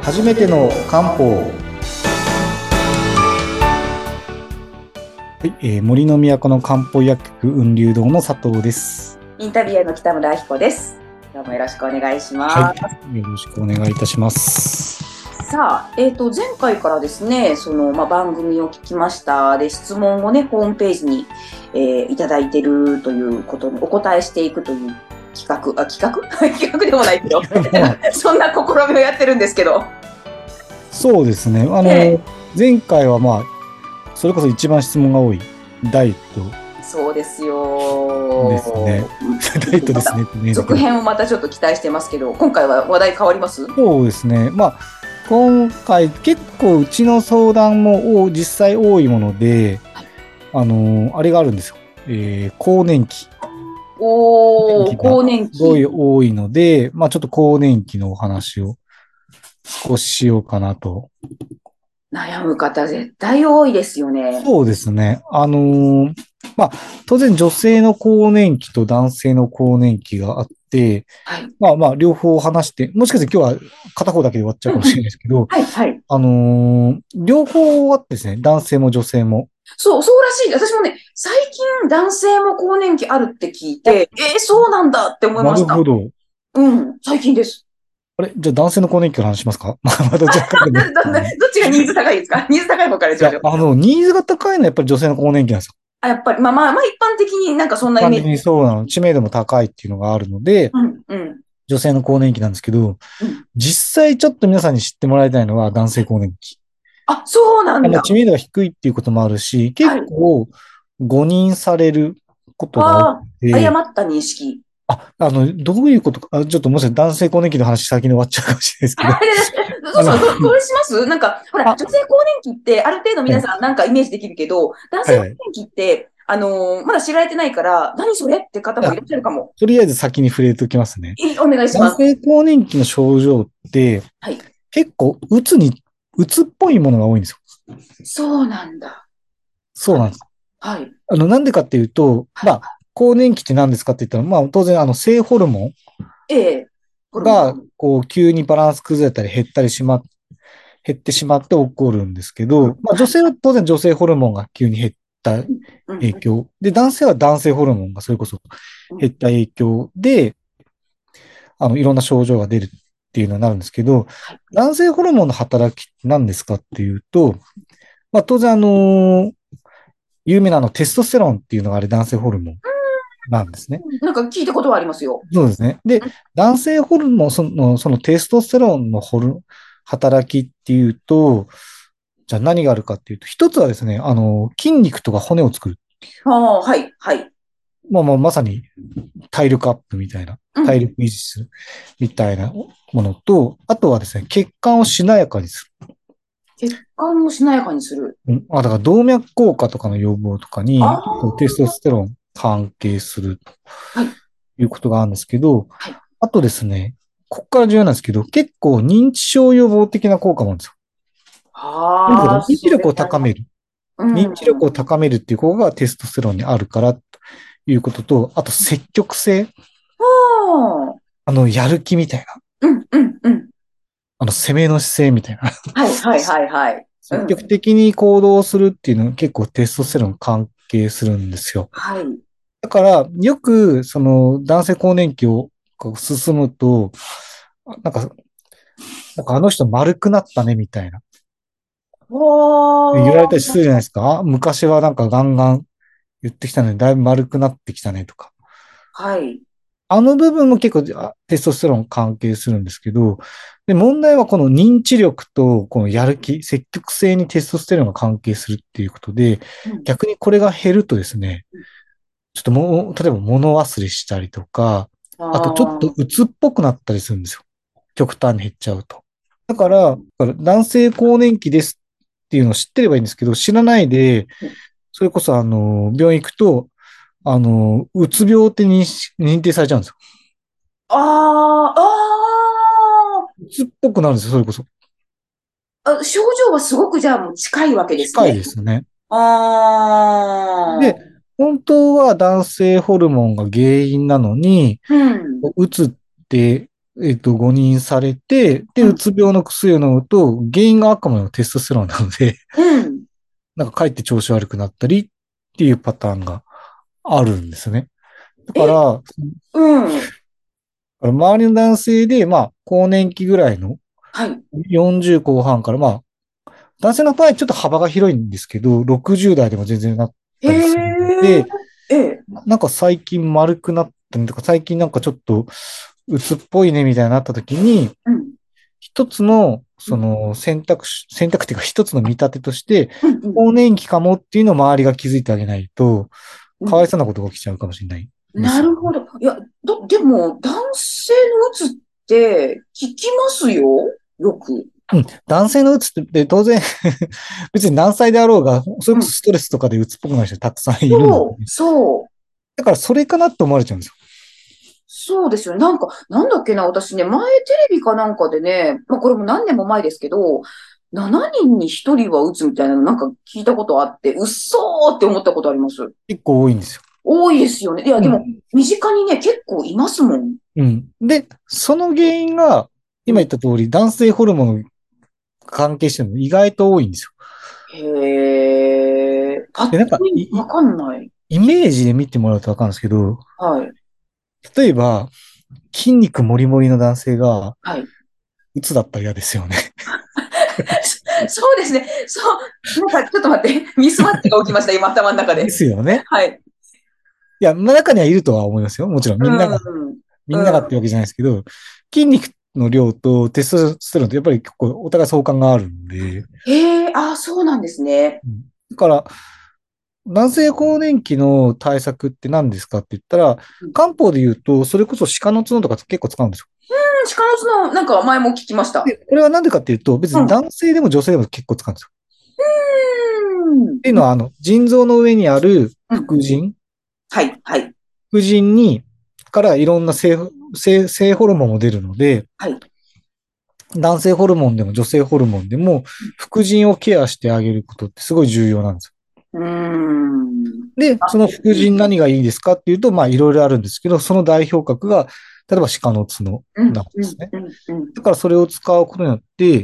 初めての漢方。はい、森の都の漢方薬局雲流堂の佐藤です。 インタビュアーの北村明子です。今日もよろしくお願いしはい、 ます。 よろしくお願いいたします。 さあ、前回からですね、番組を聞きましたで、質問をね、ホームページに、いただいているということにお答えしていくという企画企画でもないけど、そんな試みをやってるんですけど。 そうですね。 え前回はそれこそ一番質問が多いダイエッそうですトですね。 よ。 ダイエットでまたすねってねだけど。 続編をまたちょっと期待してますけど、今回は話題変わります？ そうですね。今回結構うちの相談も実際多いもので、あれがあるんですよ。更年期。 おー、更がすごい年期。 多いので、ちょっと更年期のお話を少ししようかなと。 悩む方絶対多いですよね。 そうですね。まあ、当然女性の更年期と男性の更年期があって、 はい。 両方話して、もしかして今日は片方だけで終わっちゃうかもしれないですけど、 はい、はい。 両方あってですね、男性も女性も。 そうらしい。私もね、最近男性も更年期あるって聞いあ、 て、そうなんだって思いなました。 るほど。 うん、最近です。 あれ、じゃあ男性の更年期から話しますか？どちらかでもいいですけどね。 どっちがニーズ高いですか？ニーズ高い方からにしいや、 ましょう。 ニーズが高いのはやっぱり女性の更年期なんですよ。 あ、やっぱり、一般的になんかそんなイ一般的にメージ。 そうなの。知名度も高いっていうのがあるので、 うん、うん、 女性の更年期なんですけど、 うん。 実際ちょっと皆さんに知ってもらいたいのは男性更年期。 あ、そうなんだ。 知名度が低いっていうこともあるし、結はい。 構誤認されることが多くああ、 て、 誤った認識。 どういうことか、ちょっともしかしたら男性更年期の話先に終わっちゃうかもしれないですけど、 どうあの、 しますどうしますなんか、ほら、 あ、 女性更年期ってある程度はい、 皆さんなんかイメージできるけど、男性更はいはい。 年期って、まだ知られてないから、何それって方もいらっしゃるかも。 とりあえず先に触れておきますね。 お願いし男ます。 性更年期の症状ってはい。 結構うつっぽいものが多いんですよ。 そうなんだ。はい。 そうなんです。 はい。 なんでかっていうと、 はい。 更年期って何ですかって言ったら、当然、性ホルモええ、ホンルモン。 が、急にバランス崩れたり減ってしまって起こるんですけど、女はい。 性は当然女性ホルモンが急に減ったうん、うん、 影響。で、男性は男性ホルモンがそれこそうん。 減った影響で、いろんな症状が出るっていうのになるんですけど、 はい。 男性ホルモンの働きって何ですかっていうと、当然有名なテストステロンっていうのがあれ男性ホルモンなんですね。 なんか聞いたことはありますよ。 そうですね。で、 うん、 男性ホルモン、そのテストステロンの働きっていうと、じゃあ何があるかっていうと、一つはですね、筋肉とか骨を作る。 ああ、はい、はい。 まさに体力アップみたいな、 うん。 体力維持するみたいなものと、あとはですね、血管をしなやかにす血管をしなやかにする。 る。だから動脈硬化とかの予防とかあに、テストあ、 ステロン関係するとはい、 いうことがあるんですけど、 はい。 あとですね、ここから重要なんですけど、結構認知症予防的な効果もあるんですよ。とにかくああ、 認知力をそれはね。 高める。 うん。 認知力を高めるっていう効果がテストステロンにあるからということと、あと積極性、 ああ、 やる気みたいな、 うん、うん、うん。 攻めの姿勢みたいな。 はい、はい、はい、はい。う積極ん。 的に行動するっていうのは結構テストステロン関係するんですよ。 はい。 だから、よく、男性更年期を進むと、なんか、あの人丸くなったね、みたいな。言われたりするじゃないですか。昔はガンガン言ってきたのに、だいぶ丸くなってきたね、とか。 はい。 あの部分も結構テストステロン関係するんですけど、で、問題はこの認知力とこのやる気、積極性にテストステロンが関係するっていうことで、 うん。 逆にこれが減るとですね、ちょっと例えば物忘れしたりとか、 ああとちょっとあ、 鬱っぽくなったりするんですよ。極端に減っちゃうと。だから男性更年期ですっていうのを知ってればいいんですけど、知らないで、それこそ病院行くと、うつ病って認定されちゃうんですよ。 ああ、 うつっぽくなるんですよ、それこそ。 症状はすごくじゃあもう近いわけです近いね。 ですね。で、 ああ、 本当は男性ホルモンが原因なのに、 うん。 うつって誤認されて、で、ううん。 つ病の薬を飲むと、原因があくまでもテストステロンなので、 うん。 なんかかえって調子悪くなったりっていうパターンがあるんですね。だかえ、 ら、 うん。 周りの男性で、まあ、更年期ぐらいのはい。 40後半から、まあ、男性の場合ちょっと幅が広いんですけど、60代でも全然なっへたりするのえ。 で、 ええ。 なんか最近丸くなったりとか、最近なんかちょっと鬱っぽいねみたいになった時に、 うん。 一つの、 うん。 選択っていうか一つの見立てとして、 うん。うん。 更年期かもっていうのを周りが気づいてあげないと、かわいうん。 そうなことが起きちゃうかもしれないんですよね。 なるほど。いや、でも、男性のうつって聞きますよ。よく。 うん。男性のうつって当然別に何歳であろうが、それうん。 こそストレスとかでうつっぽくなる人たくさんいるので、 そう、そう。 だからそれかなって思われちゃうんですよ。 そうですよね。なんか、なんだっけな、私ね、前テレビかなんかでね、まあこれも何年も前ですけど、7人に1人は打つみたいなのなんか聞いたことあって、うっそーって思ったことあります。 結構多いんですよ。 多いですよね。いや、でも、 うん。 身近にね、結構いますもん。 うん。で、その原因が、今言うん。 った通り、男性ホルモンが関係してるの意外と多いんですよ。 へえ、パッで、なんか、 と見わかんない。 イメージで見てもらうとわかるんですけど、 はい。 例えば、筋肉もりもりの男性が、 はい。 鬱だったら嫌ですよね。 そうですね。そう。なんか、ちょっと待って。ミスマッチが起きました、今、頭の中でで。 すよね。 はい。 いや、まあ中にはいるとは思いますよ。もちろん、 うん。 みんながっうん。 てわけじゃないですけど、筋肉の量とテストステロンってやっぱり結構お互い相関があるんで、 へえ、ああ、そうなんですね。 うん。だから、男性更年期の対策って何ですかって言ったら、 うん、 漢方で言うと、それこそ鹿の角とか結構使うんですよ。 鹿の角、なんか前も聞きました。 で、これはなんでかっていうと、別うん。うに男性でも女性でも結構使うんですよ。 ーん。 っていうのは、腎臓の上にあるうん。 副腎、 はい、はい、 副腎に、からいろんな性ホルモンも出るので、 はい。 男性ホルモンでも女性ホルモンでも、副腎をケアしてあげることってすごい重要なんですうーん。 よ。で、そあ、 の副うん、 腎何がいいですかっていうと、まあいろいろあるんですけど、その代表格が、例えば鹿の角うん、うん、 なんですね。 うん、うん。 だからそれを使うことによって、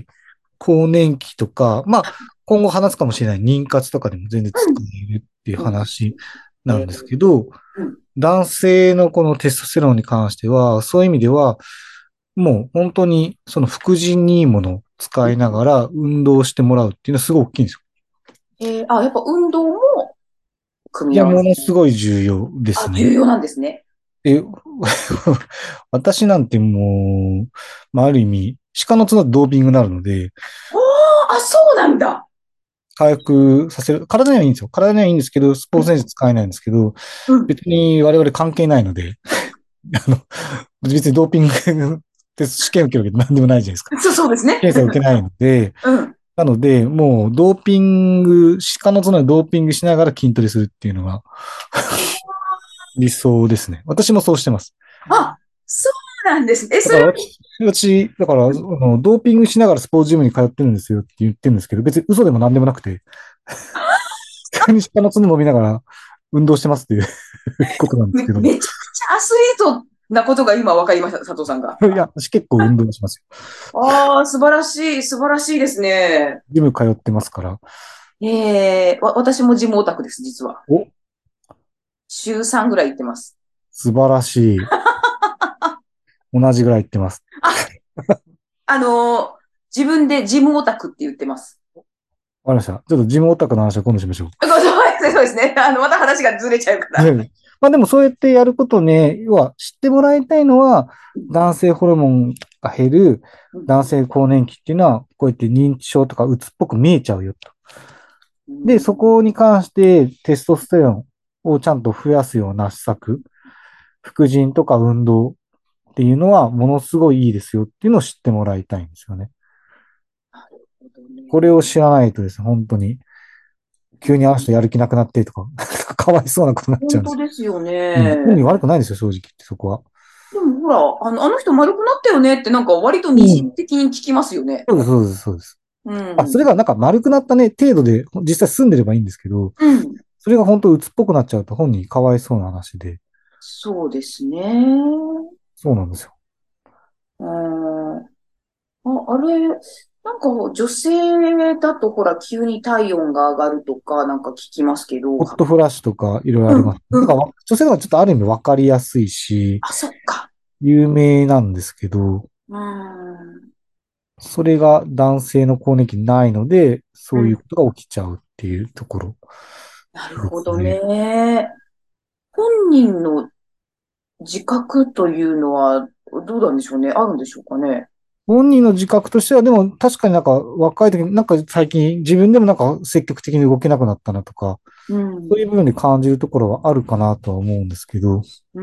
更年期とか、まあ、今後話すかもしれない妊活とかでも全然使えるっていううん、うん。 話なんですえー、 けど、 うん。 男性のこのテストステロンに関しては、そういう意味では、もう本当にその副腎にいいものを使いながら運動してもらうっていうのはすごい大きいんですよ。 あ、やっぱ運動も組いや、 み合わせ。 ものすごい重要であ、 すね。 重要なんですね。 で、私なんてもう、まあ、ある意味、鹿の角でドーピングになるので、 おー、あ、そうなんだ。 回復させる。体にはいいんですよ。体にはいいんですけど、スポーツ選手使えないんですけど、 うん。 別に我々関係ないので、あの、別にドーピングで試験受けるわけで何でもないじゃないですか。 そうですね。 検査受けないので、 うん。 なので、もうドーピング、鹿の角でドーピングしながら筋トレするっていうのが理想ですね。私もそうしてます。 あ、そうなんですね。それは、 だからだから、ドーピングしながらスポーツジムに通ってるんですよって言ってるんですけど、別に嘘でも何でもなくて、普通に鹿の角伸びながら運動してますっていうことなんですけど、 めちゃくちゃアスリートなことが今分かりました、佐藤さんが。 いや、私結構運動しますよ。 ああ、素晴らしい、素晴らしいですね。 ジム通ってますから。 私もジムオタクです、実は。 お、 週3ぐらい行ってます。 素晴らしい。同じぐらい言ってます。 あ、あのー自分でジムオタクって言ってます。 わかりました。ちょっとジムオタクの話は今度しましょう。 そうですね。また話がずれちゃうから。 ね。まあでもそうやってやることね、要は知ってもらいたいのは、男性ホルモンが減る男性更年期っていうのは、こうやって認知症とか鬱っぽく見えちゃうよと。で、 うん。 そこに関してテストステロンをちゃんと増やすような施策、副腎とか運動っていうのはものすごいいいですよっていうのを知ってもらいたいんですよね。 なるほどね。 これを知らないとですね、本当に急にあの人やる気なくなってとかかわいそうなことになっちゃうんです。 本当ですようん。本ね。 人悪くないですよ、正直言ってそこは。 でもほら、あの人丸くなったよねってなんか割と二次うん。 的に聞きますよね。 そうです、そうです、そうです。 うあ、それん。 がなんか丸くなったね、程度で実際住んでればいいんですけど、 うん。 それが本当鬱っぽくなっちゃうと本人かわいそうな話で、 そうですね。 そうなんですよ。 あれ、なんか女性だとほら急に体温が上がるとかなんか聞きますけど。 ホットフラッシュとかいろいろあうん、 ります。だからうん。 女性の方がちょっとある意味わかりやすいし、 あ、そっか。 有名なんですけど、 うーん。 それが男性の更年期にないので、 うん。 そういうことが起きちゃうっていうところなるでほどすね。 ね。本人の自覚というのはどうなんでしょうね。あるんでしょうかね。 本人の自覚としては、でも確かになんか若い時に、なんか最近自分でもなんか積極的に動けなくなったなとか、 うん。 そういう部分で感じるところはあるかなとは思うんですけど、 うん。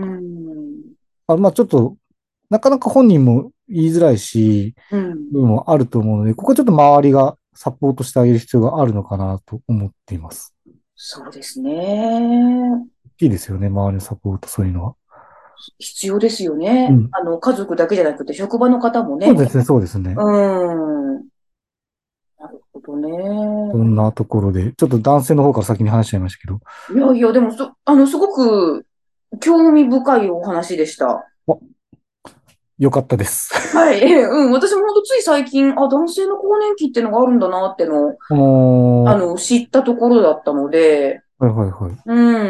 まあちょっと、なかなか本人も言いづらいし、 うん。 部分もあると思うので、ここはちょっと周りがサポートしてあげる必要があるのかなと思っています。 そうですね。 大きいですよね、周りのサポート、そういうのは。 必要ですよね。 うん。 家族だけじゃなくて職場の方もね。 そうですね、そうですね。 うーん。なるほどね。 そんなところで、ちょっと男性の方から先に話しちゃいましたけど、 いやいや、でもすごく興味深いお話でした。 あ、よかったです。 はい。うん。私も本当つい最近、男性の更年期っていうのがあるんだなってのを、知ったところだったので、 はいはいはい。 うん、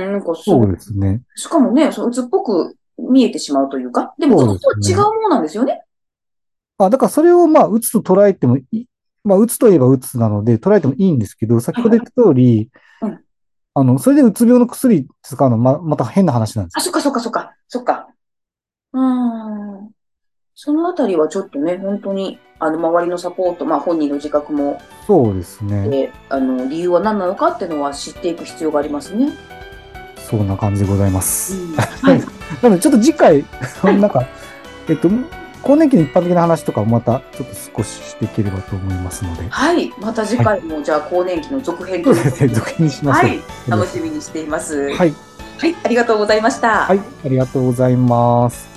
なんかすそうごく、 ですね。 しかもね、鬱っぽく見えてしまうというか、でもそう鬱とはですね。 違うものなんですよね。 だからそれをまあ、打つと捉えてもいい。まあ、打つといえば打つなので、捉えてもいいんですけど、先はいはい。 ほど言った通り、 うん。 それでうつ病の薬使うのはまた変な話なんですあ、 よ。 そっかそっかそっか、そっか。うん。そのあたりはちょっとね、本当に、周りのサポート、まあ本人の自覚も、 そうですね。 理由は何なのかっていうのは知っていく必要がありますね。 そんな感じでございます。 うん。はい。 なので、ちょっと次回、 はい。 なんか、えっと、更年期の一般的な話とかもまたちょっと少ししていければと思いますので。 はい。また次はい。 回も、じゃあ、更年期の続編ということそうですね。 で。 続編にしましょう。 はい。楽しみにしています。 はい。 はい。ありがとうございました。 はい。ありがとうございます。